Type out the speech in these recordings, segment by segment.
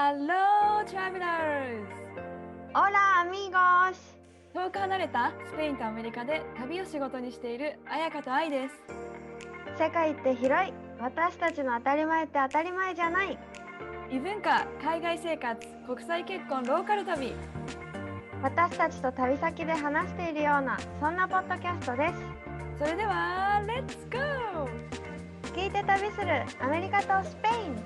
Hello, travelers! Hola, amigos! 遠く離れたスペインとアメリカで旅を仕事にしている彩香と愛です。 世界って広い。私たちの当たり前って当たり前じゃない。 異文化、海外生活、国際結婚、ローカル旅。 私たちと旅先で話しているような、そんなポッドキャストです。 それでは、レッツゴー！ 聞いて旅するアメリカとスペイン。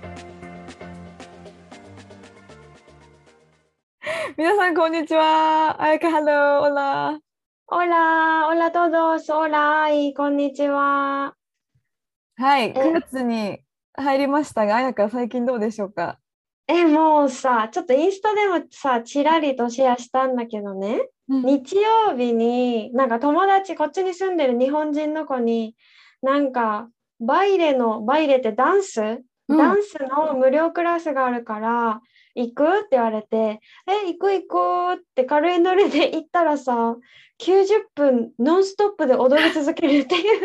皆さん、こんにちは。彩香、Hello! Hola! Hola, hola todos, hola, こんにちは。 はい、9月に入りましたが、彩香、最近どうでしょうか？ もうさ、ちょっとインスタでもさ、ちらりとシェアしたんだけどね、日曜日になんか友達、こっちに住んでる日本人の子に、なんかバイレってダンスの無料クラスがあるから行くって言われて、行くって軽いノリで行ったらさ、90分ノンストップで踊り続けるっていう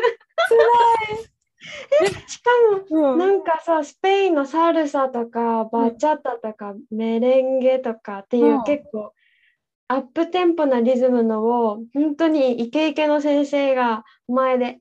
しかも、なんかさ、スペインのサルサとかバチャタとかメレンゲとかっていう結構アップテンポなリズムのを本当にイケイケの先生が前で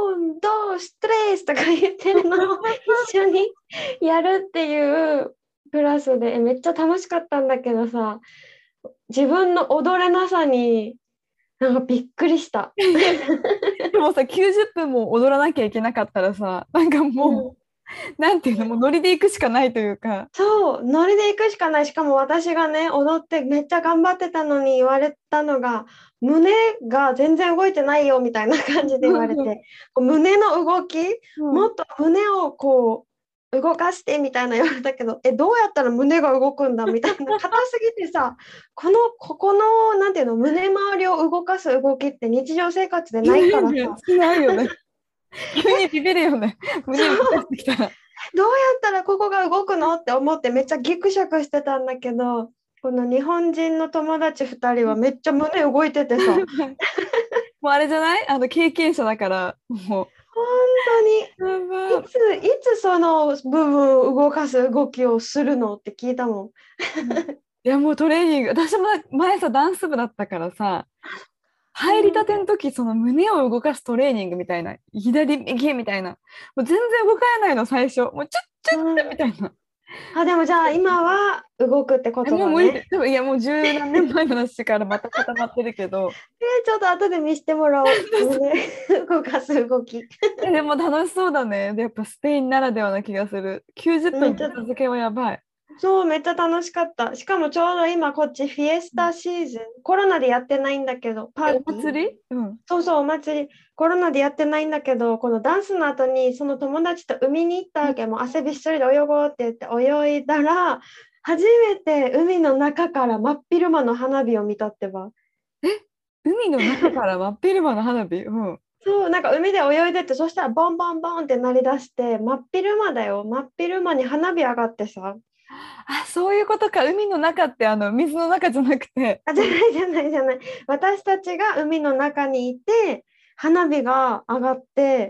1、2、3とか言ってるのを一緒にやるっていうクラスでめっちゃ楽しかったんだけどさ、自分の踊れなさになんかびっくりした。 でもさ、90分も踊らなきゃいけなかったらさ、なんかもう、なんていうの、もうノリで行くしかないというか。 そう、ノリで行くしかない。しかも私がね、踊ってめっちゃ頑張ってたのに言われたのが、胸が全然動いてないよみたいな感じで言われて、胸の動き、もっと胸をこう動かしてみたいな言われたけど、どうやったら胸が動くんだみたいな、硬すぎてさ、ここの、なんていうの、胸周りを動かす動きって日常生活でないからさ。 ないよね。急にビビるよね。胸動かしてきたら。 どうやったらここが動くのって思ってめっちゃギクシャクしてたんだけど、この日本人の友達2人はめっちゃ胸動いててさ、 もうあれじゃない？経験者だから、もう。 本当にいつその部分を動かす動きをするのって聞いたもん。 いやもうトレーニング、私も前さダンス部だったからさ、入りたての時その胸を動かすトレーニングみたいな、左右みたいな、もう全然動かないの最初、もうちょっちょっみたいな。 でもじゃあ今は動くってことだね。 いやもう十何年前の話からまた固まってるけど。 ちょっと後で見せてもらおう。胸動かす動き。 でも楽しそうだね。でやっぱスペインならではな気がする。90分続けはやばい。 そう、めっちゃ楽しかった。しかもちょうど今こっちフィエスタシーズン、コロナでやってないんだけど、パーティー。 お祭り？ そうそう、お祭り。コロナでやってないんだけど、このダンスの後にその友達と海に行ったわけ、もう汗びっしょりで泳ごうって言って泳いだら、初めて海の中から真っ昼間の花火を見たってば。 海の中から真っ昼間の花火？ そう、なんか海で泳いでて、そしたらボンボンボンって鳴り出して、真っ昼間だよ。真っ昼間に花火上がってさ。 そういうことか。海の中って水の中じゃなくて。 じゃない。私たちが海の中にいて、花火が上がって、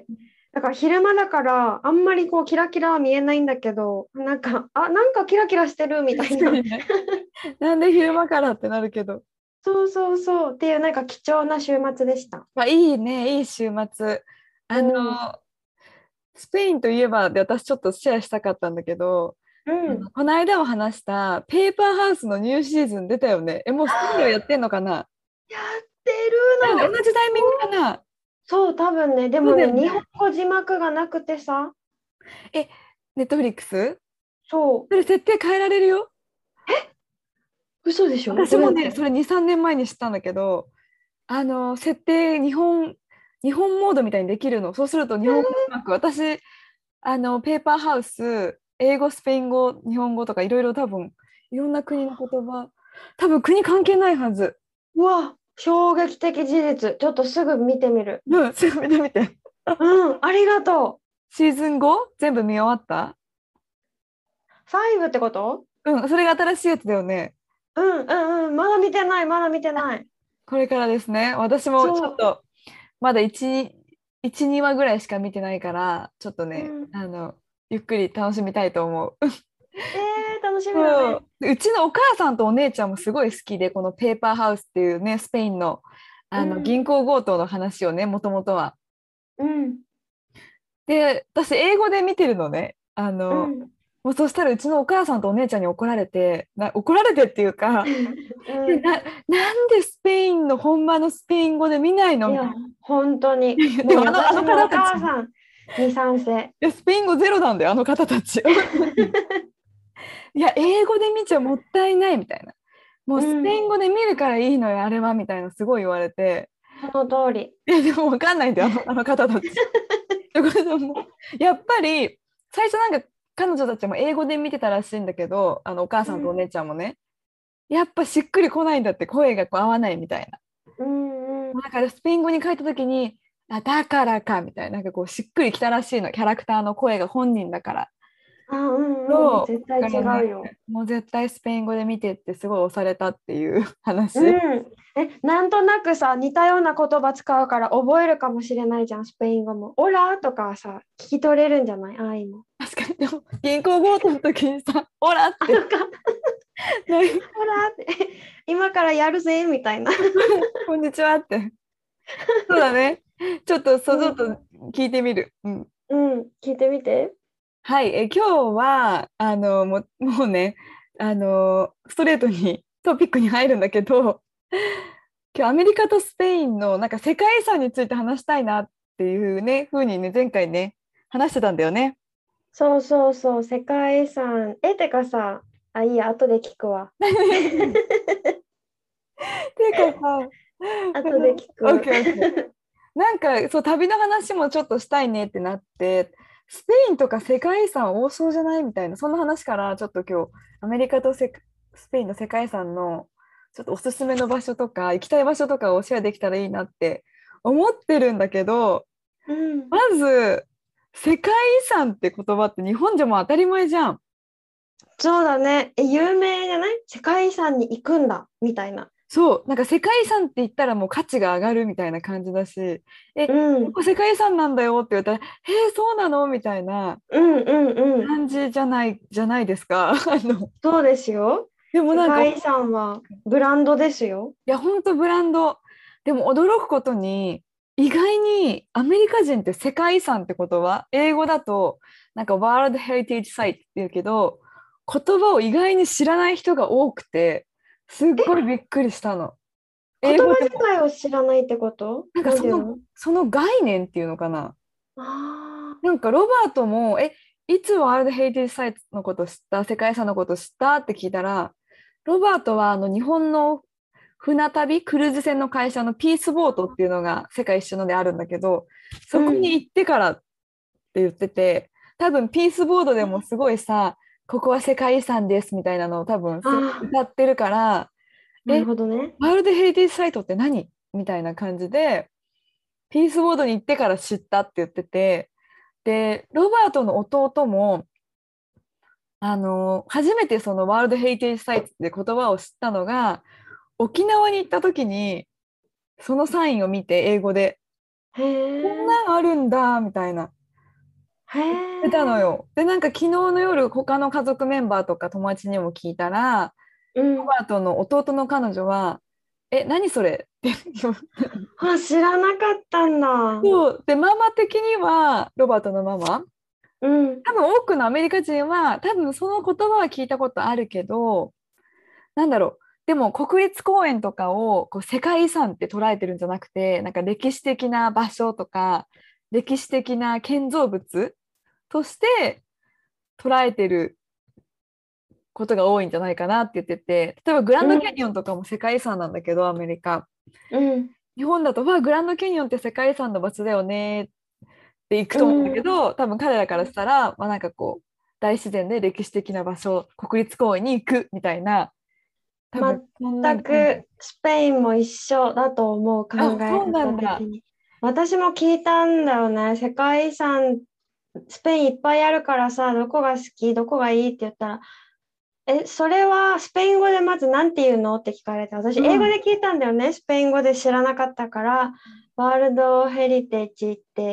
だから昼間だからあんまりこうキラキラは見えないんだけど、なんかキラキラしてるみたいな。 なんで昼間からってなるけど。 そうっていうなんか貴重な週末でした。 いいね、いい週末。スペインといえばで私ちょっとシェアしたかったんだけど、この間も話したペーパーハウスのニューシーズン出たよね。もうスペインはやってんのかな？ やってるの。 同じタイミングかな？ そう、多分ね。でもね、日本語字幕がなくてさ。 ネットフリックス？ そう。 それ設定変えられるよ。 嘘でしょ？ 私もね、それ2、3年前に知ったんだけど、設定日本モードみたいにできるの。そうすると日本語字幕、私、ペーパーハウス、英語、スペイン語、日本語とかいろいろ多分、いろんな国の言葉、多分国関係ないはず。 うわ、衝撃的事実。ちょっとすぐ見てみる。 すぐ見てみて。 ありがとう。シーズン 5？ 全部見終わった？ 5ってこと？ それが新しいやつだよね。 まだ見てない。 これからですね。私もちょっと、まだ1、2話ぐらいしか見てないから、ちょっとね、ゆっくり楽しみたいと思う。 楽しみだね。 でうちのお母さんとお姉ちゃんもすごい好きで、このペーパーハウスっていうね、スペインの、銀行強盗の話をね、もともとは。 うん。 で、私、英語で見てるのね。 うん。 もうそしたらうちのお母さんとお姉ちゃんに怒られて、怒られてっていうか、 うん。 なんでスペインの本場のスペイン語で見ないのいや、 みたい本当に。 な。でもうもあの私もお方たち、い母さんに賛成。 やスペイン語ゼロなんだよ、あの方たち。いや、英語で見ちゃもったいないみたいな。もううスペインん。 語で見るからいいのよ、あれはみたいな、すごい言われて。 その通り。 でも分かんないんだよ、あの方たち。だからもうやっぱり、最初なんか彼女たちも英語で見てたらしいんだけど、お母うん。 さんとお姉ちゃんもね、やっぱしっくりこないんだって、声がこう合わないみたいな。 うんうん。 だからスペイン語に書いた時に、だからかみたいな、なんかこうしっくりきたらしいの、キャラクターの声が本人だから。 あ、うんうん。 そう、 絶対違だからね、 うよ。 もう絶対スペイン語で見てってすごい押されたっていう話。 うん。なんとなくさ、似たような言葉使うから覚えるかもしれないじゃん、スペイン語も。オラとかさ、聞き取れるんじゃないああいうの。 確かに、でも銀行強盗の時にさ、オラって、 あのか、オラって、今からやるぜ、みたいな。 こんにちはって。そうだね。ちょっと、ちょっとうん。 聞いてみる。うん。 うん。聞いてみて。 はい、今日は、もうね、ストレートにトピックに入るんだけど、今日アメリカとスペインのなんか世界遺産について話したいなっていうね、風にね、前回ね、話してたんだよね。 そうそうそう、世界遺産。てかさ、あ、いいや、後で聞くわ。 ていうかさ、 後で聞く。 オッケーオッケー。なんかそう旅の話もちょっとしたいねってなって、スペインとか世界遺産多そうじゃないみたいな、そんな話からちょっと今日アメリカとスペインの世界遺産のちょっとおすすめの場所とか行きたい場所とかをシェアできたらいいなって思ってるんだけど、 うん。 まず世界遺産って言葉って日本じゃもう当たり前じゃん。 そうだね。有名じゃない世界遺産に行くんだ、みたいな。 そう、なんか世界遺産って言ったらもう価値が上がるみたいな感じだし、 うこん。 こ世界遺産なんだよって言われたら、そうなのみたいなうんうんうん。 感じじゃないですか。 そうですよ。 でもなんか、い世界遺産はブランドですよ。 や、ほんとブランド。でも驚くことに、意外にアメリカ人って世界遺産って言葉、英語だと、なんかワールドヘリテージサイトって言うけど、言葉を意外に知らない人が多くて、すっごいびっくりしたの。 言葉英語でも、 自体を知らないってこと？ なんかその、 なんていうの？ その概念っていうのかな。 あなんかロバートも、いつワールドヘリテージサイトのこと知った世界遺産のこと知ったって聞いたら、ロバートは日本の船旅、クルーズ船の会社のピースボートっていうのが世界一周のであるんだけど、 あー、 そこうん。 に行ってからって言ってて、多分ピースボードでもすごいさ、ここは世界遺産ですみたいなのを多分すごいああ、 歌ってるから、 なるえ、 ほどね。 ワールドヘリテージサイトって何みたいな感じで、ピースボードに行ってから知ったって言ってて、で、ロバートの弟も、初めてそのワールドヘリテージサイトで言葉を知ったのが、沖縄に行った時に、そのサインを見て、英語で、 へこんえ、 なんあるんだ、みたいな。 へ言ってたのえ、 よ。で、なんか昨日の夜、他の家族メンバーとか友達にも聞いたら、 うん。 ロバートの弟の彼女は、何それって言う。 あ、知らなかったんだ。 そう。で、ママ的には、ロバートのママ、 うん。 多分多くのアメリカ人は、多分その言葉は聞いたことあるけど、なんだろう。でも国立公園とかをこう世界遺産って捉えてるんじゃなくて、なんか歴史的な場所とか、歴史的な建造物として捉えてることが多いんじゃないかなって言ってて、例えばグランドキャうん。 ニオンとかも世界遺産なんだけど、アメリカ。 うん。 日本だと、グランドキャニオンって世界遺産の場所だよねって行くうと思うんだけん。 ど、多分彼らからしたら、なんかこう、大自然で歴史的な場所、国立公園に行くみたいな、多分そんな全感じ。 くスペインも一緒だと思う、考えそうなんだ。 方的に。私も聞いたんだよね。世界遺産、スペインいっぱいあるからさ、どこが好き、どこがいいって言ったら、それはスペイン語でまず何て言うのって聞かれて、私英語うん。 で聞いたんだよね。スペイン語で知らなかったから、ワールドヘリテージって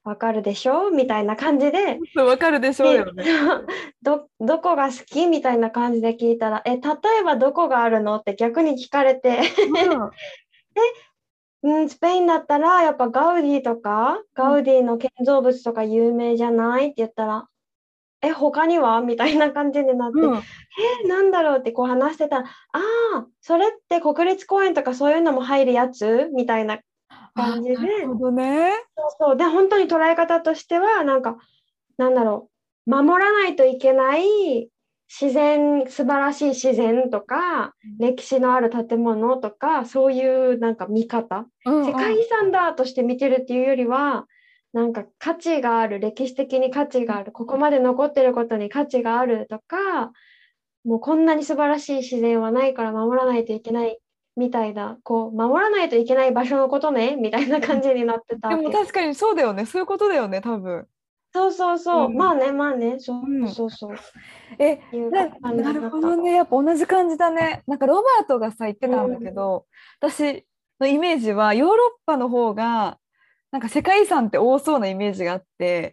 わかるでしょみたいな感じで、 わかるでしょうよね。 どこが好きみたいな感じで聞いたら、例えばどこがあるのって逆に聞かれて、 うんスペインだったらやっぱガウディとか、ガウディの建造物とか有名じゃないって言ったら、他にはみたいな感じになって、 うん、 なんだろうってこう話してたら、それって国立公園とかそういうのも入るやつみたいな感じで、 なるほどね。 そうで、本当に捉え方としては、なんだろう、守らないといけない素晴らしい自然とか、歴史のある建物とか、そういう見方、世界遺産だとして見てるっていうよりは、価値がある、歴史的に価値がある、ここまで残ってることに価値があるとか、もうこんなに素晴らしい自然はないから守らないといけないみたいな、こう、守らないといけない場所のことね、みたいな感じになってたでもわけ。 確かにそうだよね。そういうことだよね、多分。 そうそうそう。まあね、まあね。そううん。 そうそう。 え、 いう感なじだった。 るほどね。やっぱ同じ感じだね。なんかロバートがさ、言ってたんだけうん。 ど、私のイメージはヨーロッパの方が、なんか世界遺産って多そうなイメージがあって、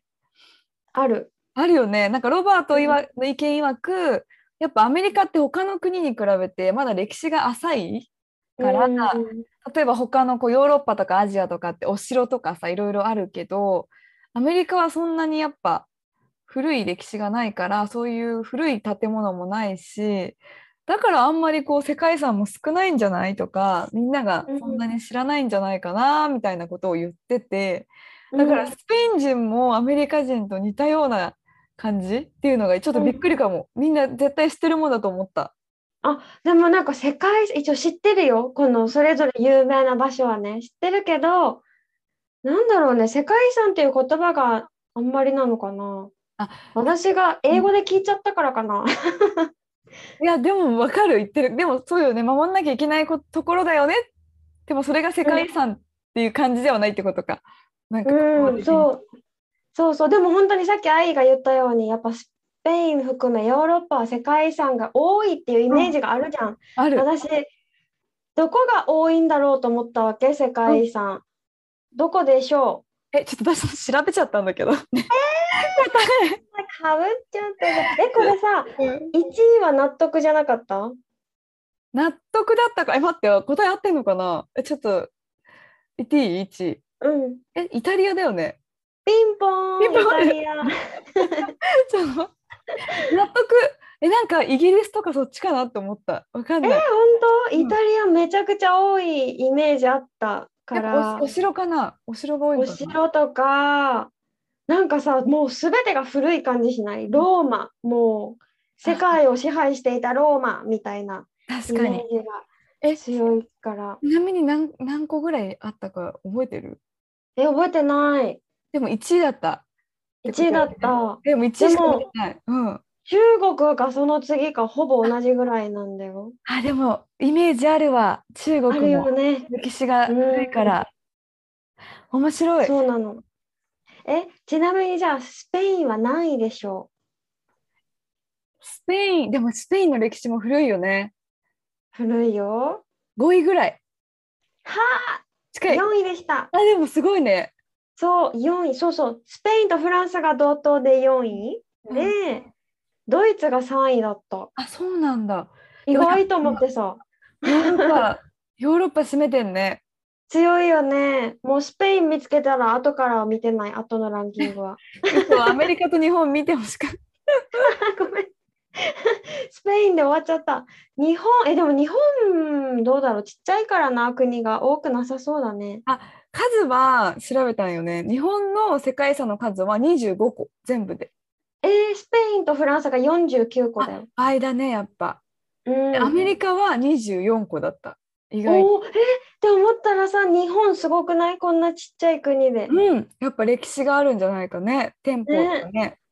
ある。 あるよね。なんかロバートうん。 の意見曰く、やっぱアメリカって他の国に比べてまだ歴史が浅いうから、 ん。 例えば他のこうヨーロッパとかアジアとかってお城とかさ、いろいろあるけど、アメリカはそんなにやっぱ古い歴史がないから、そういう古い建物もないし、だからあんまりこう世界遺産も少ないんじゃないとか、みんながうん。 そんなに知らないんじゃないかなみたいなことを言ってて、だからうん。 スペイン人もアメリカ人と似たような感じっていうのがちょっとびっうん。 くりかも。みんな絶対知ってるもんだと思った。 でも一応知ってるよ。このそれぞれ有名な場所はね、知ってるけど、なんだろうね、世界遺産っていう言葉があんまりなのかな。 あ、 私が英語で聞いちゃったからかな。 いや、でも分かる、言ってる。でもそうよね、守んなきゃいけないところだよね。でもそれが世うん。 界遺産っていう感じではないってことか。なんか言葉うん、 的に。 そうそう。でも本当にさっき愛が言ったように、やっぱスペイン含めヨーロッパは世界遺産が多いっていうイうん、 メージがあるじゃん。 ある。 私、どこが多いんだろうと思ったわけ、世うん。 界遺産。どこでしょちょっと私調べちゃったんだけど。ね、 う。かぶっちゃったじゃん。これさ、 うん、 1位は納得じゃなかった？ 納得だったか。待ってよ。答え合ってんのかな。ちょっと言っていい？ 1 うん。 位。イタリアだよね。 ピンポーン、 ピンポン。 イタリア。 ちょっと納得。なんかイギリスとかそっちかなって思った。わかんない。 本当イうん。 タリアめちゃくちゃ多いイメージあったかやっぱおら、 城かな。お城が多いおのかな。 城とか、さ、もうすべてが古い感じしない？ うん、 ローマ、もう世あ、 界を支配していたローマみたいなイ確かに。 メージがち強いから。 なみに何個ぐらいあったか覚えてる？ 覚えてない。 でも1位だったってこ 1位だっとだよね。 た。 でも1位しか見てでも、 ない。うん。 中国がその次かほぼ同じぐらいなんだよ。 でも、イメージあるわ。中ある国もよね。 歴史がう古いかん、 ら。面白い。 そうなの。ちなみにじゃあ、スペインは何位でしょスペイン、でもスペインの歴史も古いよね。 う？古いよ。 5位ぐらい。 はあ、 近い。 4位でした。 でもすごいね。 そう、4位。そうそう。スペインとフランスが同等で4位うん。 で、ドイツが3位だった。 そうなんだ。 意でもやっ外と思ってぱさ、 ヨーロッパ、ヨーロッパ占めてんね。 強いよね。もうスペイン見つけたら後からは見てない、後のランキングは。 嘘、アメリカと日本見てほしかっごめん。スペインで終わっちゃった。日本、でも日本、どうだろう。ちっちゃいからな、国が多くなさそうだね。 た。数は調べたんよね。日本の世界遺産の数は25個、全部で。 スペインとフランスが49個だよ。 倍だね、やっぱ。 うでアん。 メリカは24個だった。意外と。 おお、って思ったらさ、日本すごくない？こんなちっちゃい国で。 うん、やっぱ歴史があるんじゃないかね。店舗とかね。 ね。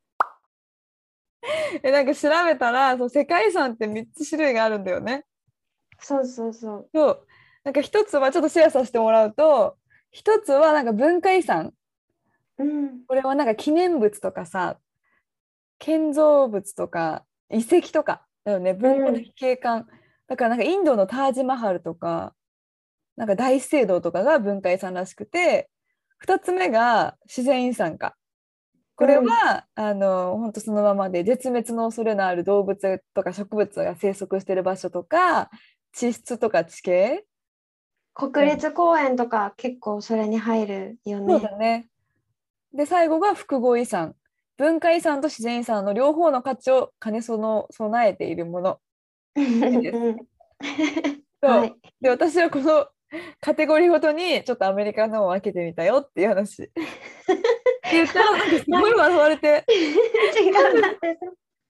なんか調べたら、そう、世界遺産って3つ種類があるんだよね。 そうそうそう。 そう。なんか一つはちょっとシェアさせてもらうと、一つはなんか文化遺産。 うん。 これはなんか記念物とかさ、建造物とか遺跡とかだよね。 う文化ん。 的景観。だからなんかインドのタージマハルとか、なんか大聖堂とかが文化遺産らしくて、 2つ目が自然遺産か。これは、本当そのままで絶滅の恐れのある動物とか植物が生息している場所とか、地質とか地形。 国立公園とか結構それに入るよそうね。 だね。で、最後が複合遺産。文化遺産と自然遺産の両方の価値を兼ね備えているものです。そう。 はい。 で、私はこのカテゴリーごとにちょっとアメリカのを分けてみたよっていう話。って言ったらなんかすごい笑われて。 違う、だってさ、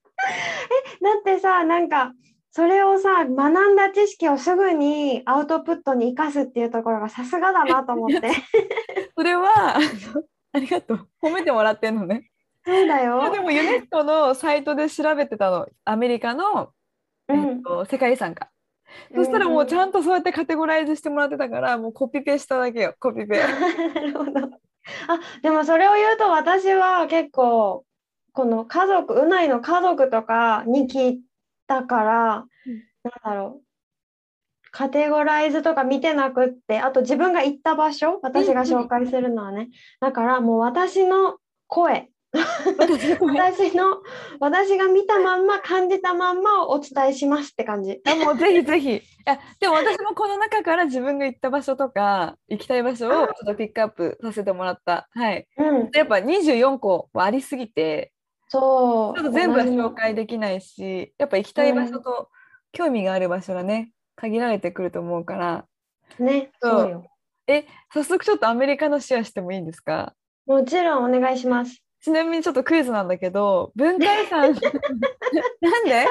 なんかそれをさ、学んだ知識をすぐにアウトプットに生かすっていうところがさすがだなと思って。 それはありがとう。褒めてもらってんのね。 そうだでよ。 もユネスコのサイトで調べてたの。アメリカの、 うん。 世界遺産か。 うそしたらもうんうん。 ちゃんとそうやってカテゴライズしてもらってたから、もうコピペしただけよ、コピペ。 なるほど。あ、でもそれを言うと私は結構この家族、うないの家族とかに聞いたから、なんだろう、カテゴライズとか見てなくって、あと自分が行った場所、私が紹介するのはね、だからもう私の声、 私の声。 私の、私が見たまんま、感じたまんまをお伝えしますって感じ。 あ、もうぜひぜひ。でも私もこの中から自分が行った場所とか、行きたい場所をちょっとピックアップさせてもらった。はい。 うん、 やっぱ24個はありすぎて、ちょっとそう、 全部は紹同じも。 介できないし、やっぱ行きたい場所うん、 と興味がある場所がね、限られてくると思うから、 ね、 そう。 そうよ。 早速ちょっとアメリカのシェアしてもいいんですか？ もちろんお願いします。 ちなみにちょっとクイズなんだけど、文化遺産なんで？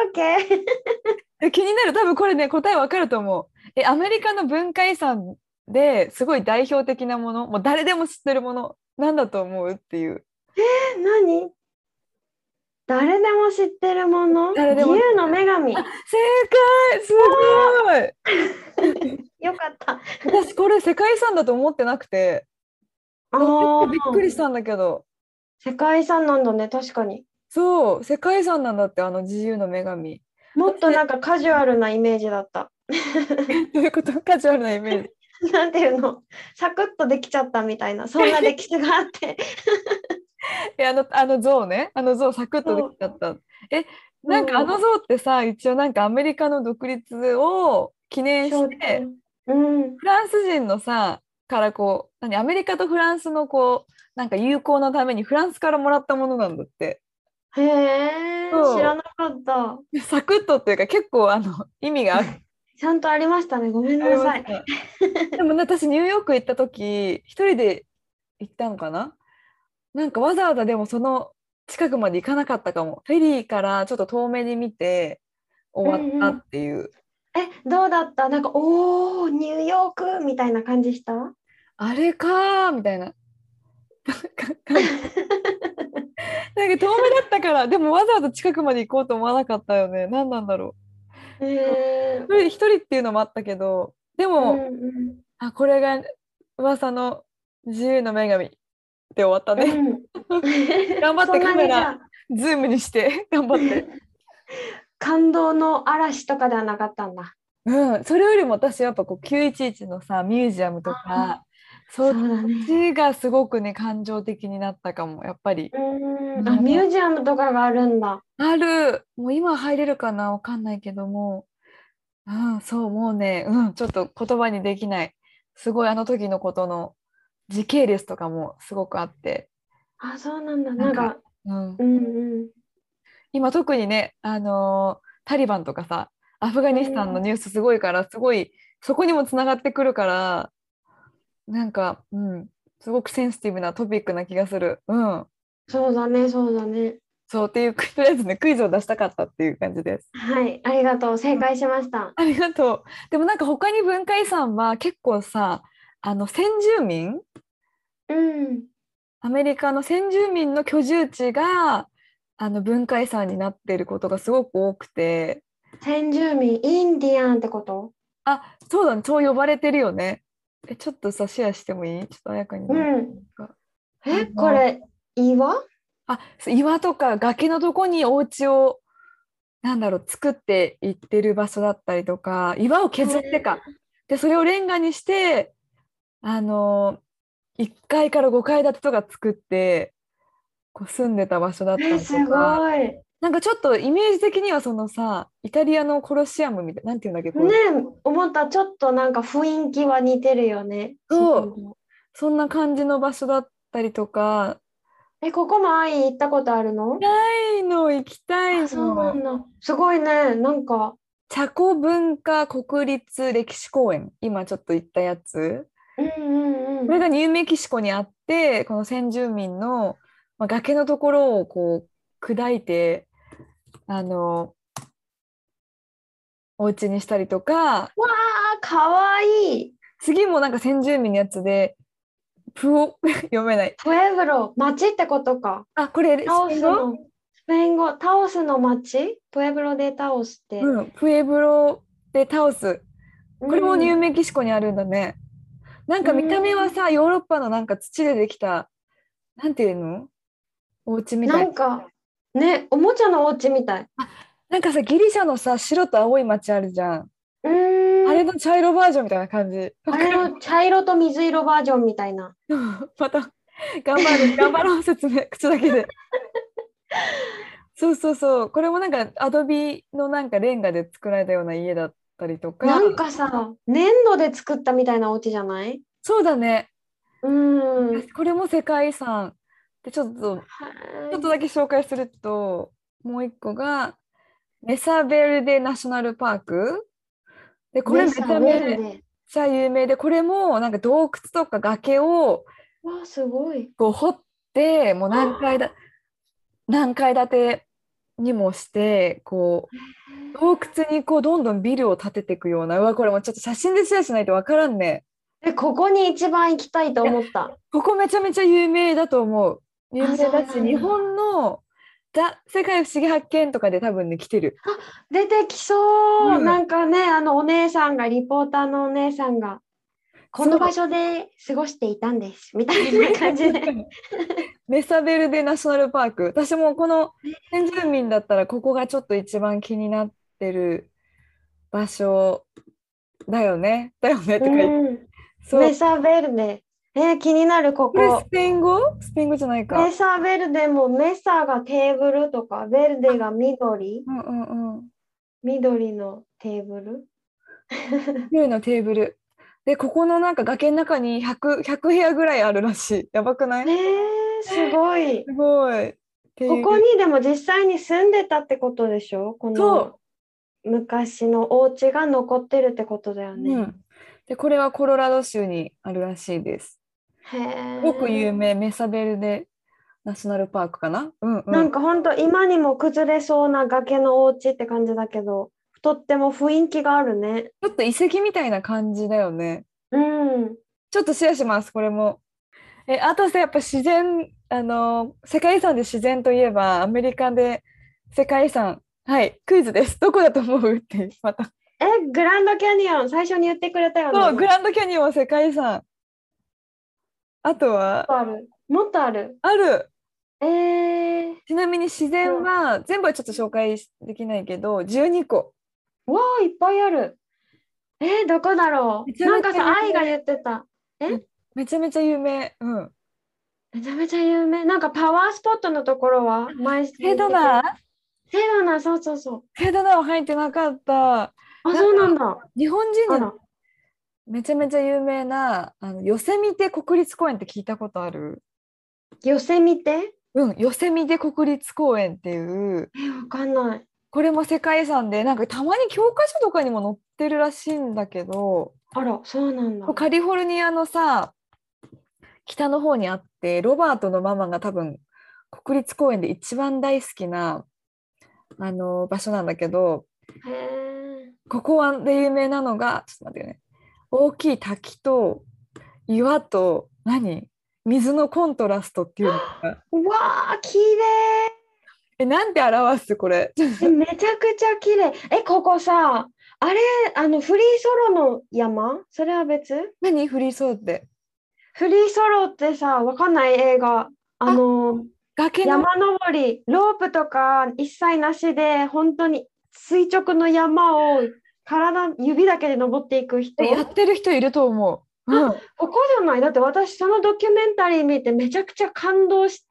OK。 気になる。多分これね、答えわかると思う。アメリカの文化遺産ですごい代表的なもの、もう誰でも知ってるもの、なんだと思うっていう。 何？誰でも知ってるもの？ 誰でも。 自由の女神。 正解すごい。 よかった。 私これ世界遺産だと思ってなくて、 あびっくりしあ、 たんだけど、 世界遺産なんだね、確かに。 そう、世界遺産なんだって、あの自由の女神。 もっと私、 なんかカジュアルなイメージだった。 どういうこと？カジュアルなイメージ。 なんていうの、サクッとできちゃったみたいな、そんな歴史があって。 あの像ね、あの像サクッとでそう、 きちゃった。え、なんかあのそう、 像ってさ、一応なんかアメリカの独立を記念し象て、 徴。うん。 フランス人のさ、からこう、アメリカとフランスのこう、なんか友好のためにフランスからもらったものなんだって。 へえ、知らそなかった。 う。サクッとっていうか結構意味がちゃんとありましたね。ごめんありなさい。 ました。でもね、私ニューヨーク行った時、一人で行ったのかな。なんかわざわざでもその近くまで行かなかったかも。フェリーからちょっと遠目に見てう終わったっんうん。 ていう。 どうだった？なんか、おー、ニューヨークみたいな感じした？ あれかーみたいな感じ。なんか遠目だったから、でもわざわざ近くまで行こうと思わなかったよね。何なんだろへう。 え、 一人っていうのもあったけど、でも、 うんうん。 これが噂の自由の女神って終わったね。 うん。 頑張ってそんカメラ、 なにじゃあ、 ズームにして頑張って。 感動の嵐とかではなかったんだ。 うん、それよりも私はやっぱこう911のさ、ミュージアムとあ、 か、そっそうだね。 ちがすごくね、感情的になったかも、やっぱり。 あ、ミュもうージアムとかがあるんだ。 ある、もう今入れるかな、わかんないけども、そう、もうね、ちょっと言葉にできない。すごいあの時のことの時系列とかもすごくあって、 あ、そうなんだ。 なんか、 なんか、うんうん。 今特にね、タリバンとかさ、アフガニスタンのニュースすごいから、すごい、そこにもつながってくるから、なんか、すごくセンシティブなトピックな気がする。うん。 そうだね、そうだね。 そうっていう、とりあえずね、クイズを出したかったっていう感じです。 はい、ありがとう。正解しました。 ありがとう。でもなんか他に文化遺産は結構さ、先住民、 うん。 アメリカの先住民の居住地が文化遺産になっていることがすごく多くて、 先住民、インディアンってこと？ そうだね、そう呼ばれてるよね。ちょっとさ、シェアしてもいい？ちょっと彩香にうも。 ん。 あの、 これ、岩？ そう岩とか崖のとこにお家を、なんだろう、作っていってる場所だったりとか、岩を削ってか。で、それをレンガにして、あの、 1階から5階建てとか作ってこう住んでた場所だったりとすか、 ごい。ねなんかちょっとイメージ的にはそのさ、イタリアのコロシアムみたいな、なんていうんだっけ、こう、 え、思った。ちょっとなんか雰囲気は似てるよね。そそう、 こも。 そんな感じの場所だったりとか、 ここも愛行ったことあるの？ ないの、行きたいあ、そうなの。 んだ。すごいね。なんか、 チャコ文化国立歴史公園、今ちょっと行ったやつ。 うんうんうん。 これがニューメキシコにあって、この先住民の、まあ、崖のところをこう砕いて、あの、お家にしたりとか、 わあ、かわいい。 次もなんか先住民のやつで、プオ、読めない。 プエブロ、町ってことか。 あ、これタスペイン語。 オスの、スペイン語、タオスの町プエブロ・デ・タオスって。 うん、プエブロでタオス。 うこれもニューん。 メキシコにあるんだね。なんうか見た目はん。 さ、ヨーロッパのなんか土でできた、なんていうの、お家みたい。 なんか、ね、おもちゃのお家みたい。 なんかさ、ギリシャのさ、白と青い街あるじゃん。 うーん。 あれの茶色バージョンみたいな感じ。わあれかる？ の茶色と水色バージョンみたいな。 また、頑張ろう、説明、口だけで。そうそうそう。これもなんか、アドビのなんかレンガで作られたような家だったりとか、 なんかさ、粘土で作ったみたいなお家じゃない？ そうだね。 うーん。 これも世界遺産。で、ちょっとはだけ紹介すると、もう一個が、メサベルデナショナルパーク。で、 い。メサこれめちゃめベルデ。 ちゃ有名で、これもなんか洞窟とか崖をわあ、すごい。 こう掘って、もう何階建てにもして、こう、洞窟にこうどんどんビルを建てていくような、うわ、これもちょっと写真でシェアしないとわからんね。 ここに一番行きたいといや、 思った。 ここめちゃめちゃ有名だと思う。有あ、そう名だし、日なんだ。 本の世界不思議発見とかで多分ね、来てる。 出てきそう。 うん。 なんかね、あのお姉さんが、リポーターのお姉さんが、こそう。 の場所で過ごしていたんです。みたいな感じで。 メサベルデナショナルパーク。私もこの先住民だったら、ここがちょっと一番気になってる場所だよね。だよねって書いて。 うん。 そう。 メサベルデ。気になる、ここれスこ。 ペイン語？スペイン語じゃないか。 メサベルデも、メサがテーブルとか、ベルデが緑。 うんうんうん。 緑のテーブル。 緑のテーブル。で、ここのなんか崖の中に100部屋ぐらいあるらしい。やばくない？ すごい。 すごい。ってこいう。 こにでも実際に住んでたってことでしょ？このそ昔のお家が残ってるってことだよう。うね。 ん。で、これはコロラド州にあるらしいです。 へすごく有え。 名、メサベルデナショナルパークかな。うんうん。 なんか本当今にも崩れそうな崖のお家って感じだけど、とっても雰囲気があるね。 ちょっと遺跡みたいな感じだよね。 うん。 ちょっとシェアします、これも。あとさ、やっぱ自然、世界遺産で自然といえば、アメリカで世界遺産、はい、クイズです。どこだと思うっていう、また。 グランドキャニオン、最初に言ってくれたよそう、グね。 ランドキャニオンは世界遺産。あとは、 ある。もっとある。 ある。 えー、 ちなみに自然うんは、全部はちょっと紹介できないけど、12個。 わあ、いっぱいある。どこだろう。 めちゃめちなんかさ、 ゃ有名。 愛が言ってた。 うん、めちゃめちゃ有名。うん。 めちゃめちゃ有名。なんかパワースポットのところは前セドナーセドナ、そうそうそう。 セドナーは入ってなかった。 あ、そうなんなんか、 だ。 日本人にあら。 めちゃめちゃ有名な、ヨセミテ国立公園って聞いたことある？ 寄せ見て。 うん、ヨセミテ国立公園っていう、 わかんない。 これも世界遺産で、なんかたまに教科書とかにも載ってるらしいんだけど、 あら、そうなんだ。 カリフォルニアのさ、北の方にあって、ロバートのママが多分、国立公園で一番大好きな、場所なんだけど、 へえ。 ここはで有名なのが、ちょっと待ってね、大きい滝と岩と、水のコントラストっていうのが、 うわあ、綺麗。 なんて表すこれ？ めちゃくちゃ綺麗。ここさ、あれ、フリーソロの山それは別？ 何フリーソロって？ フリーソロってさ、わかんない映画。 あ、崖の、 山登り、ロープとか一切なしで、本当に垂直の山を指だけで登っていくや人。 ってる人いると思う。 うん、 ここじゃない。だって私そのドキュメンタリー見てめちゃくちゃ感動して、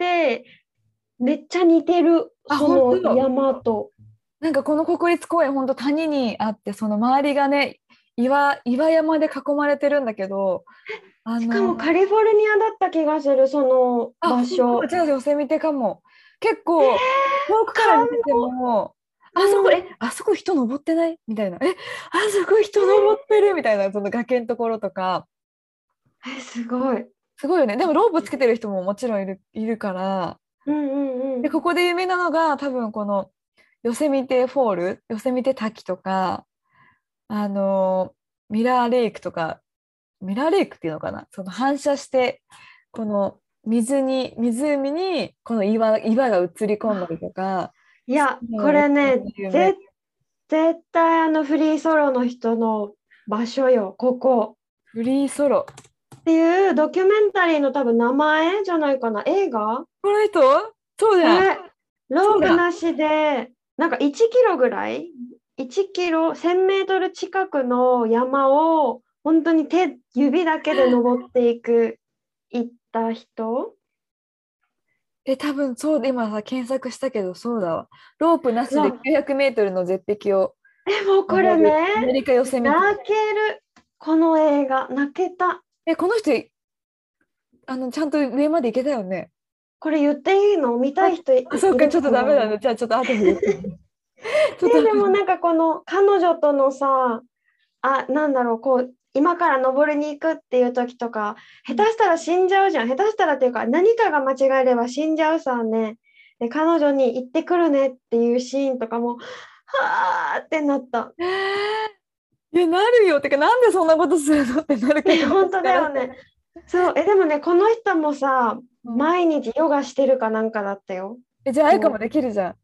めっちゃ似てる、 あ、 その本当。 山と。 なんかこの国立公園、本当谷にあって、その周りがね、岩山で囲まれてるんだけど、あしかもカの、 リフォルニアだった気がする、そのあ、 場本当、 所。 じゃあ寄せ見てかも。結構、遠くから感見てても、あそこ、 動。 あそこ人登ってないみたいな。あそこ人登ってるみたいな、その崖のところとか、 すごい。 すごいよね。でもロープつけてる人ももちろんいるから、 うんうんうで、 ん。 ここで有名なのが、多分この、ヨセミテフォール、ヨセミテ滝とか、あの、ミラーレイクとか、ミラーレイクっていうのかな、その反射して、この湖にこの岩が映り込んだりとか、 いや、 そういうのがこれね、 有名。 絶対あのフリーソロの人の場所よ、ここ。 フリーソロ。 っていうドキュメンタリーの多分名前じゃないかな、映画。 この人そうじゃん。 これ、ローそうだ。 プなしで、なんか1キロぐらい？ 1 キロ、1000メートル近くの山を、本当に指だけで登って行った人。 多分そうで、今さ、検索したけど、そうだわ。ロープなしでうわ、 900メートルの絶壁をもうこれね、 登るアメリカヨセミテ。 泣ける。この映画、泣けた。 この人、ちゃんと上まで行けたよね。 これ言っていいの？見たい人そうか、ちょっといるかな。 ダメだね。じゃあ、ちょっと後で言って。ちょっと後で。 でもなんかこの彼女とのさ、なんだろう、こう、今から登りに行くっていう時とか、下手したら死んじゃうじゃん。下手したらっていうか、何かが間違えれば死んじゃうさね。で、彼女に行ってくるねっていうシーンとかも、はーってなった。 いや、なるよ。てか、なんでそんなことするのってなるけど、 本当私からしたら。 だよね。そう、でもね、この人もさ、 うん、 毎日ヨガしてるかなんかだったよ。 じゃあ、あやかももう。 できるじゃん。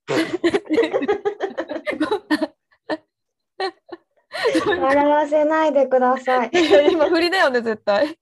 笑わせないでください。 いや、今、振りだよね、絶対。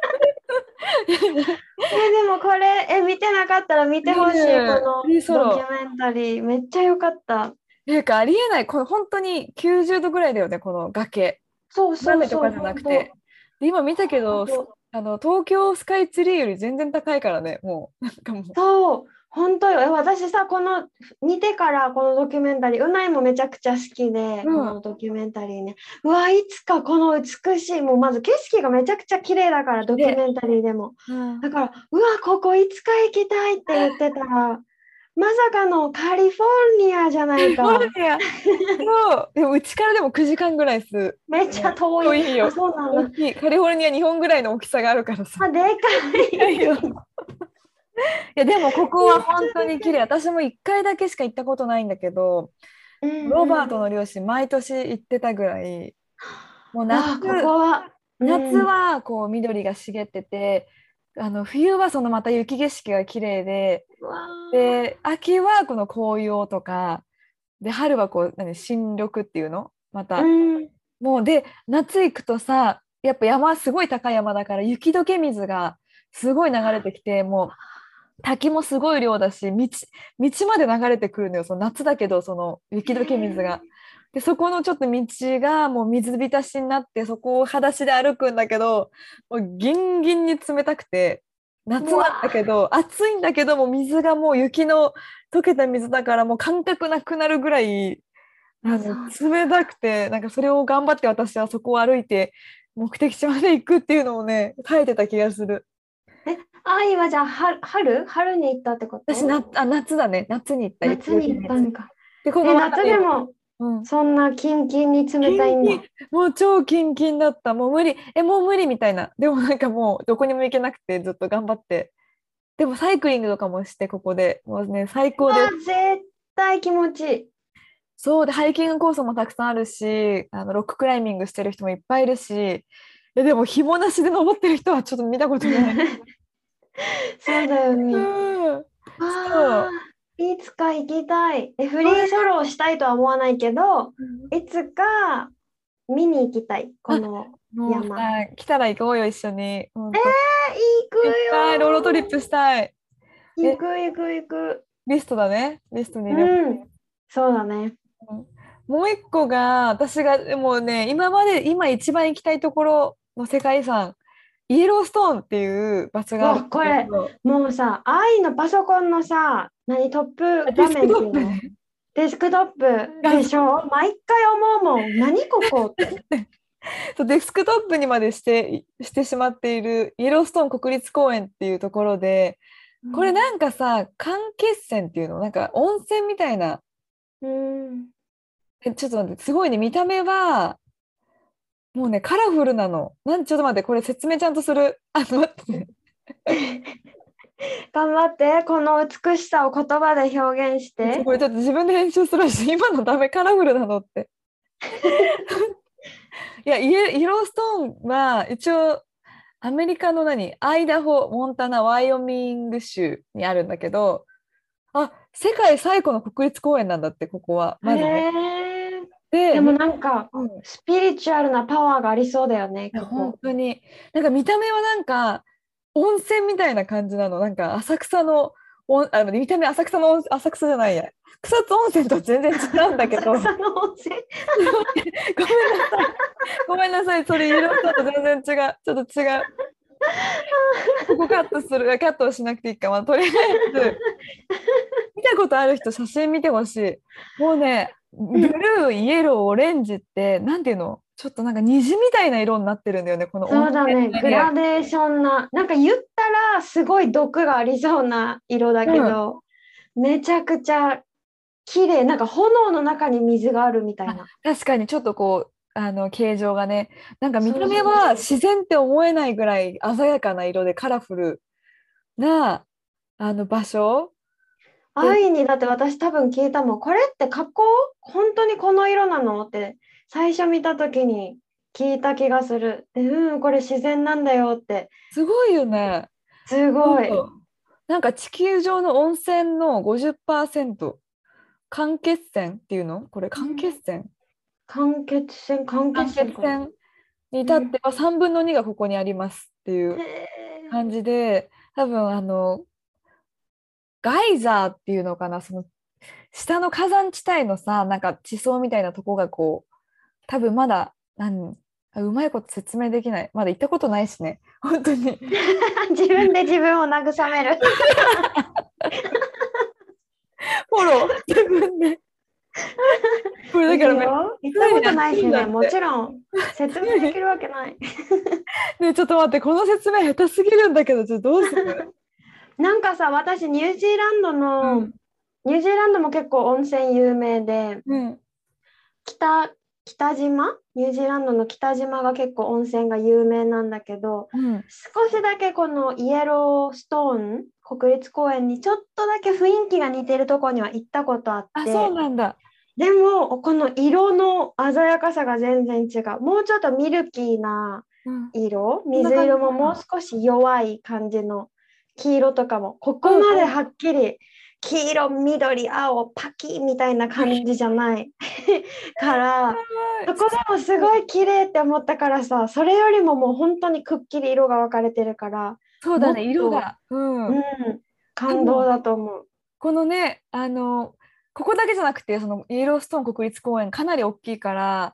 でもこれ、見てなかったら見てほしい、こフリーソのドキロ。 ュメンタリー。めっちゃ良かった。 いうか、ありえない。これ、本当に90度ぐらいだよね、この崖。 そうそうそう、 斜めとかじゃなくて。 本当。 で、今見たけど、 本当。 東京スカイツリーより全然高いからね、もう。なんかもう。 そう、本当よ。私さ、この見てからこのドキュメンタリー、うないもめちゃくちゃ好きで、こうん。 のドキュメンタリーね。うわ、いつかこの美しい、もうまず景色がめちゃくちゃ綺麗だから、ドキュで、 メンタリーでも。 うん。 だから、うわ、ここいつか行きたいって言ってたら、まさかのカリフォルニアじゃないそうか。 だよ。そう。でも、うちからでも9時間ぐらいめっちゃ遠い。あ、 遠いよ。 そうなんだ。 大きい。カリフォルニア、日本ぐらいの大きさがあるからさ。 あ、でかい。 でかいよ。いや、でも、ここはめっち本当に綺麗。 ゃでかい。 私も1回だけしか行ったことないんだけど、 うんロバーうん。 トの両親、毎年行ってたぐらい、もうわあ、ここは。う夏ん。 はこう緑が茂ってて、冬はそのまた雪景色が綺麗で、 うわあ。 で、秋はこの紅葉とか、で、春はこう、新緑っていうのまうた。 ん。 もうで、夏行くとさ、やっぱすごい高い山だから雪解け水がすごい流れてきて、もう滝もすごい量だし、道まで流れてくるのよ。その夏だけど、その雪解け水が。で、そこのちょっと道がもう水浸しになって、そこを裸足で歩くんだけど、もうギンギンに冷たくて、 うわ夏なんだけど、暑いんだけども、水がもう雪の溶けた水だから、もう感覚なくなるぐらい、 あ、そう。 冷たくて、なんかそれを頑張って私はそこを歩いて、目的地まで行くっていうのをね、耐えてた気がする。 今じゃあ、春に行ったってこと？ 夏だね。夏に行った。雪夏に解け水。 行ったんか。 で、このまたね、 夏でも、 うん。 そんなキンキンに冷たいんだ。 キンキン、もう超キンキンだった。もう無理。もう無理みたいな。でもなんかもうどこにも行けなくてずっと頑張って。でもサイクリングとかもして、ここで。もうね、最高です。 絶対気持ちいい。 そうで、ハイキングコースもたくさんあるし、ロッククライミングしてる人もいっぱいいるし、でも紐なしで登ってる人はちょっと見たことない。 そうだようね。 ん。そう。 ああ、いつか行きたい。フリーソロをしたいとは思わないけど、いつか見に行きたい、こあ、 のもうさ、 山。 来たら行こうよ、一緒に。ほんと。 行く行きたい、ロードトリッよプしたい。 ー。 え、 行く。 リストだね。リストに入れます。 うん、そうだね。 うん、もう一個が、私が、もうね、今まで、今一番行きたいところの世界遺産イエローストーンっていう場所があるんだこれけど、 もうさ、愛のパソコンのさ、トップ画デスク面っていうのトップね。 デスクトップでしょ。毎回思うもん。何ここって。 そうデスクトップにまでしてしまっているイエローストーン国立公園っていうところで、これなんかさ、間欠泉っていうの、なんか温泉みたいな、 うん。 ちょっと待って、すごいね、見た目は、もうね、カラフルなの。ちょっと待って、これ説明ちゃんとする。待ってね。 頑張って、この美しさを言葉で表現して。 これちょっと自分で編集するし、今のダメ、カラフルなのって。いや、イエローストーンは一応、アメリカのアイダホ、モンタナ、ワイオミング州にあるんだけど、世界最古の国立公園なんだって、ここは。まずね。で、 でもなんか、 うん、 スピリチュアルなパワーがありそうだよね、こ本こ。 当に。なんか見た目はなんか、温泉みたいな感じなの。なんか浅草の、見た目浅草の浅草じゃないや。草津温泉と全然違うんだけど。 草の温泉ごめんなさい。ごめんなさい。それ色と全然違う。ちょっと違う。ここカットする。カットをしなくていいか。とりあえず、見たことある人、写真見てほしい。もうね、ブルー、イエロー、オレンジって、なんていうの、ちょっとなんか虹みたいな色になってるんだよね、この温そうだね、グ泉エリア。 ラデーションな、なんか言ったらすごい毒がありそうな色だけど、めちゃくちゃ綺麗、なんか炎の中に水があるみたいな。 確かにちょっとこう、形状がね、なんか見た目そうそうそう。 は自然って思えないぐらい鮮やかな色でカラフルな、場所で、 安易にだって私多分聞いたもん。これって加工本当にこの色なのって最初見た時に聞いた気がする。で、これ自然なんだよって。 すごいよね。 すごい。 そう。なんか地球上の温泉の50%、間欠泉っていうのこれ間欠泉間欠間欠泉かな。 泉に至うん。 っては3分の2がここにありますっていへうえ。 感じで、多分ガイザーっていうのかな、その下の火山地帯のさ、なんか地層みたいなとこがこう、多分まだ、うまいこと説明できない。まだ行ったことないしね。本当に。 自分で自分を慰める。 フォロー、自分で。これいいだからよ。行ったことないしね、もちん。 ろん説明できるわけない。 ね、ちょっと待って、この説明下手すぎるんだけど、ちょっとどうする？ なんかさ、私うん。 ニュージーランドも結構温泉有名で、 うん。 北、北島ニュージーランドの北島が結構温泉が有名なんだけど、 うん。 少しだけこのイエローストーン国立公園にちょっとだけ雰囲気が似てるところには行ったことあっそうて、 なんだ。 でもこの色の鮮やかさが全然違う。もうちょっとミルキーなうん。 色、 こんな感じ水色ももうかな。 少し弱い感じの黄色とかも、こうんうん。 こまではっきり黄色、緑、青、パキみたいな感じじゃないから、そこでもすごい綺麗って思ったからさ、それよりももう本当にくっきり色が分かれてるから、もそうだね、色っと、 が。ううん。 ん、感動多分、 だと思う。 このね、ここだけじゃなくて、そのイエローストーン国立公園かなり大きいから、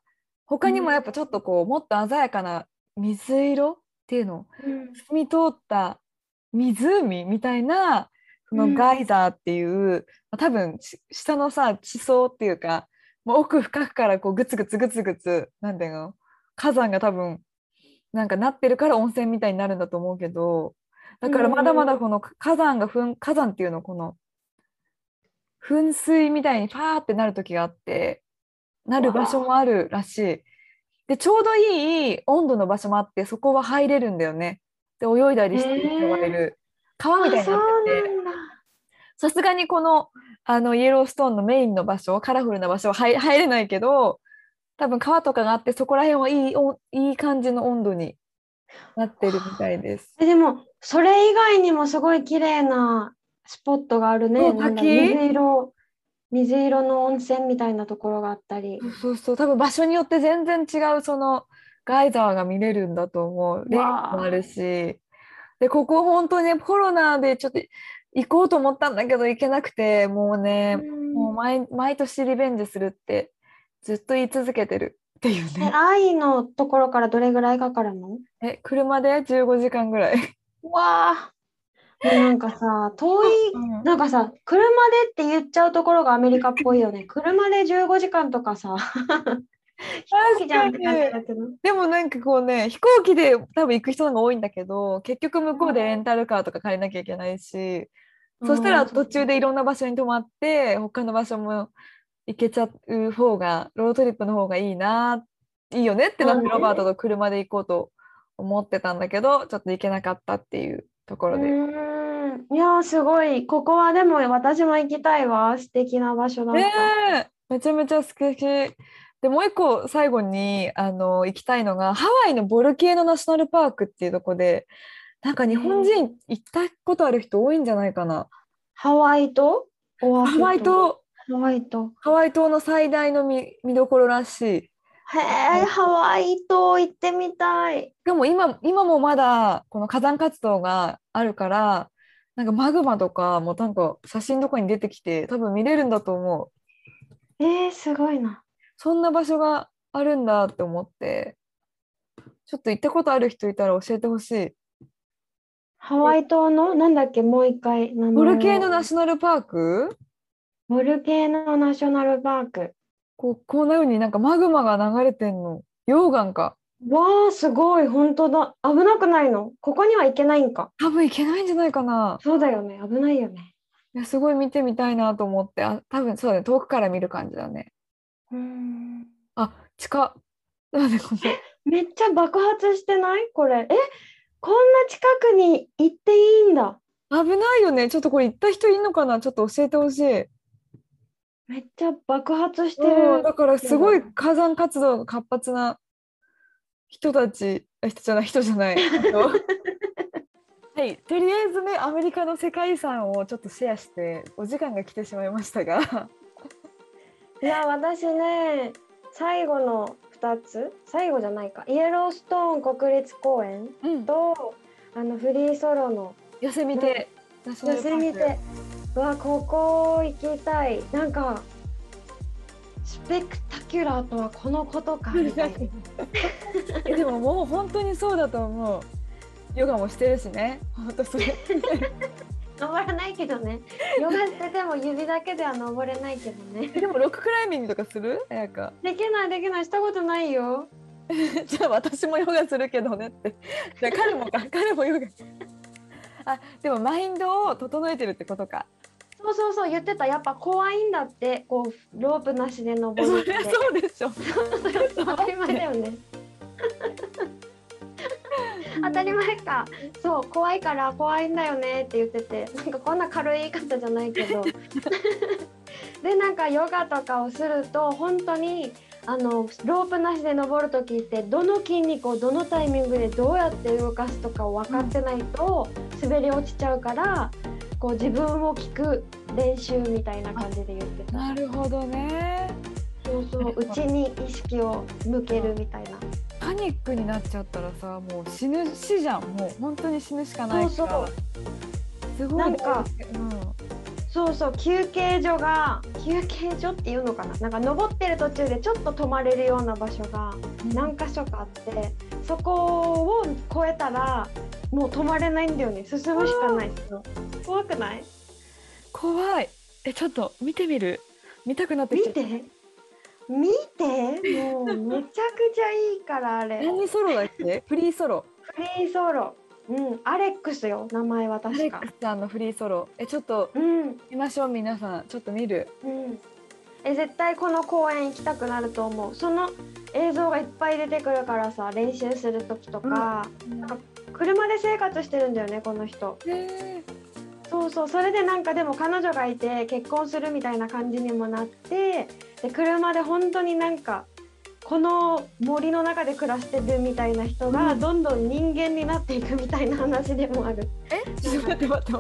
他にもやっぱちょっとこう、もっと鮮やかな水色っていうの、 うん、 澄み通った湖みたいな、そのうん、 ガイザーっていう、多分下のさ、地層っていうか、もう奥深くからこうグツグツグツグツ、なんていうの、火山が多分なんかなってるから温泉みたいになるんだと思うけど、だうからまだまん、 だこの火山っていうの、この噴水みたいにパーってなる時があって、なる場所わもあるらしい。で、ちょうどいい温度の場所もあって、そこは入れるんだよね。で、泳いだあ、へりしてる人がいえ、 る。川みたいにそうなってて、 なんだ。 さすがにこの、イエローストーンのメインの場所、カラフルな場所は入れないけど、多分川とかがあって、そこら辺はいい感じの温度になってるみたいです。 でも、それ以外にもすごい綺麗なスポットがあるね。 そう、 なんだろう、水色の温泉みたいなところがあったり。 そうそうそう、多分場所によって全然違う、そのガイザーが見れるんだと思う。レイもあわあ。 るし。で、ここ本当にね、コロナでちょっと行こうと思ったんだけど行けなくて、もううね、もうん。 毎年リベンジするってずっと言い続けてる。 っていうね。 愛のところからどれぐらいかかるの？ 車で15時間ぐらい。 わあ、もうなんかさ、遠い、 うん、 なんかさ、車でって言っちゃうところがアメリカっぽいよね。車で15時間とかさ、飛行機確かに。 じゃんって感じだけど。 でもなんかこうね、飛行機で多分行く人の方が多いんだけど、結局向こうでレンタルカーとか借りなきゃいけないし、そしたら途中でいろんな場所に泊まって、他の場所も行けちゃう方が、ロードトリップの方がいいな、いいよねってなって、ロバートと車で行こうと思ってたんだけど、ちょっと行けなかったっていうところで。 いやー、すごい。ここはでも私も行きたいわ。素敵な場所だねった。 え、めちゃめちゃ素敵。で、もう一個最後に行きたいのが、ハワイのボルケーノナショナルパークっていうとこで、なんか日本人行ったことある人多いんじゃないかな。 ハワイとオアハワイフと島、 ハワイと。 ハワイ島の最大の見どころらしい。 へえ、ハワイ島行ってみたい。 でも今もまだこの火山活動があるから、なんかマグマとかもなんか写真とかに出てきて多分見れるんだと思う。 すごいな。 そんな場所があるんだって思って、ちょっと行ったことある人いたら教えてほしい。 ハワイ島の、なんだっけ、もう一回名ボル前を。 ケーノナショナルパーク、 ボルケーノナショナルパーク。 こんなようになんかマグマが流れてんの。溶岩か。 わあ、すごい、本当だ。危なくないの？ここには行けないんか。 多分行けないんじゃないかな。 そうだよね、危ないよね。 いや、すごい見てみたいなと思って、多分そうだね、遠くから見る感じだね。 うーん。 近っ。なんでこんなめっちゃ爆発してないこれ？こんな近くに行っていいんだ。 危ないよね。ちょっとこれ行った人いるのかな、ちょっと教えてほしい。 めっちゃ爆発してうん、 るだからすごいけど。 火山活動が活発な人じゃない。はい、とりあえずね、アメリカの世界遺産をちょっとシェアして、お時間が来てしまいましたが。 いや、私ね、最後の2つ、最後じゃないか、イエローストーン国立公園うん、 と、フリーソロのヨセミテナショナ寄ルパーク。 せ見て、ここ行きたい。なんか、スペクタキュラーとはこのことかみたいな。 でももう本当にそうだと思う。ヨガもしてるしね。本当それ。 登らないけどね。ヨガしてても指だけでは登れないけどね。 でもロッククライミングとかする？彩香。 できないできない、したことないよ。 じゃあ私もヨガするけどねって。じゃあ彼もヨガ。でもマインドを整えてるってことか。 そうそうそう、言ってた。やっぱ怖いんだって、こうロープなしで登るって。 そうでしょ。 当たり前だよね。当たり前か。そう、怖いから怖いんだよねって言ってて、なんかこんな軽い言い方じゃないけど。で、なんかヨガとかをすると本当にロープなしで登る時ってどの筋肉をどのタイミングでどうやって動かすとかを分かってないと滑り落ちちゃうから、こう自分を聞く練習みたいな感じで言ってた。 なるほどね。 そうそう、内に意識を向けるみたいな。 パニックになっちゃったらさ、もう死じゃん。もう本当に死ぬしかないから。 そうそう、 すごいなんか、そうそう、休憩所っていうのかな、なんか登ってる途中でちょっと泊まれるような場所が何か所かあって、そこを越えたらもう泊まれないんだよね。進むしかない。怖くない？ 怖い。ちょっと見てみる。見たくなってきた。 見て、もうめちゃくちゃいいからあれ。 何ソロだっけ？フリーソロ。 フリーソロ。アレックスよ、名前は確か。 アレックスさんのフリーソロ。ちょっと見ましょう、皆さん。ちょっと見る。 絶対この公園行きたくなると思う。その映像がいっぱい出てくるからさ、練習する時とか、なんか車で生活してるんだよね、この人。そうそう、それでなんかでも彼女がいて結婚するみたいな感じにもなって、で車で本当になんかこの森の中で暮らしてるみたいな人がどんどん人間になっていくみたいな話でもある。 ちょっと待って。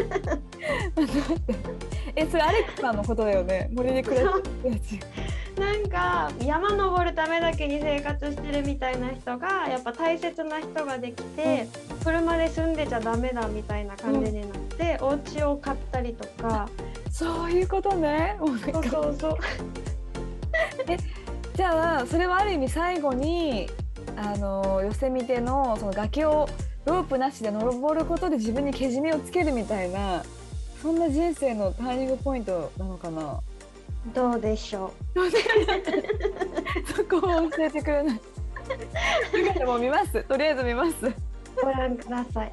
それアレックスさんのことだよね。森で暮らしてるやつ。 なんか山登るためだけに生活してるみたいな人がやっぱ大切な人ができて、車で住んでちゃダメだみたいな感じになって、お家を買ったりとか。 そういうことね。 そうそう。 じじゃあそれはある意味最後にヨセミテのその崖をロープなしで登ることで自分にけじめをつけるみたいな、そんな人生のターニングポイントなのかな。 どうでしょそこを教えてくれない。でも見ます。とりあえず見ます。 う。ご覧ください。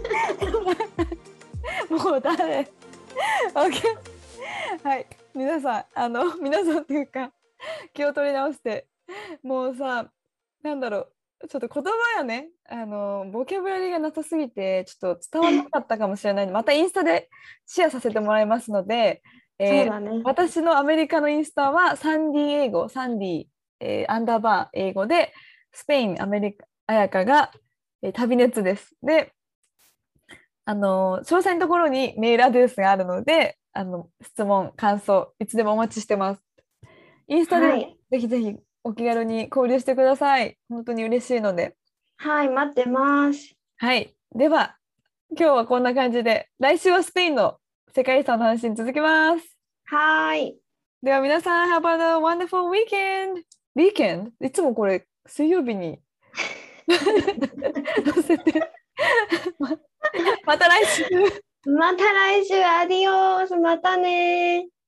もう誰？OK。はい、皆さん皆さんっていうか気を取り直して、もうさ、なんだろう、ちょっと言葉やね、ボキャブラリーがなさすぎてちょっと伝わらなかったかもしれないので、またインスタでシェアさせてもらいますので、 そうだね。 私のアメリカのインスタはサンディ英語、サンディ、アンダーバー英語で、スペイン、アメリカ、彩香が、旅熱です。で、詳細のところにメールアドレスがあるので、質問、感想、いつでもお待ちしてます。インスタで、 はい、 ぜひぜひお気軽に交流してください。本当に嬉しいので。 はい、待ってます。 はい。では、今日はこんな感じで、来週はスペインの世界遺産の話に続きます。 はい。 では皆さん、Have a wonderful weekend! Weekend? いつもこれ、水曜日に載せてまた来週また来週、アディオース、またね。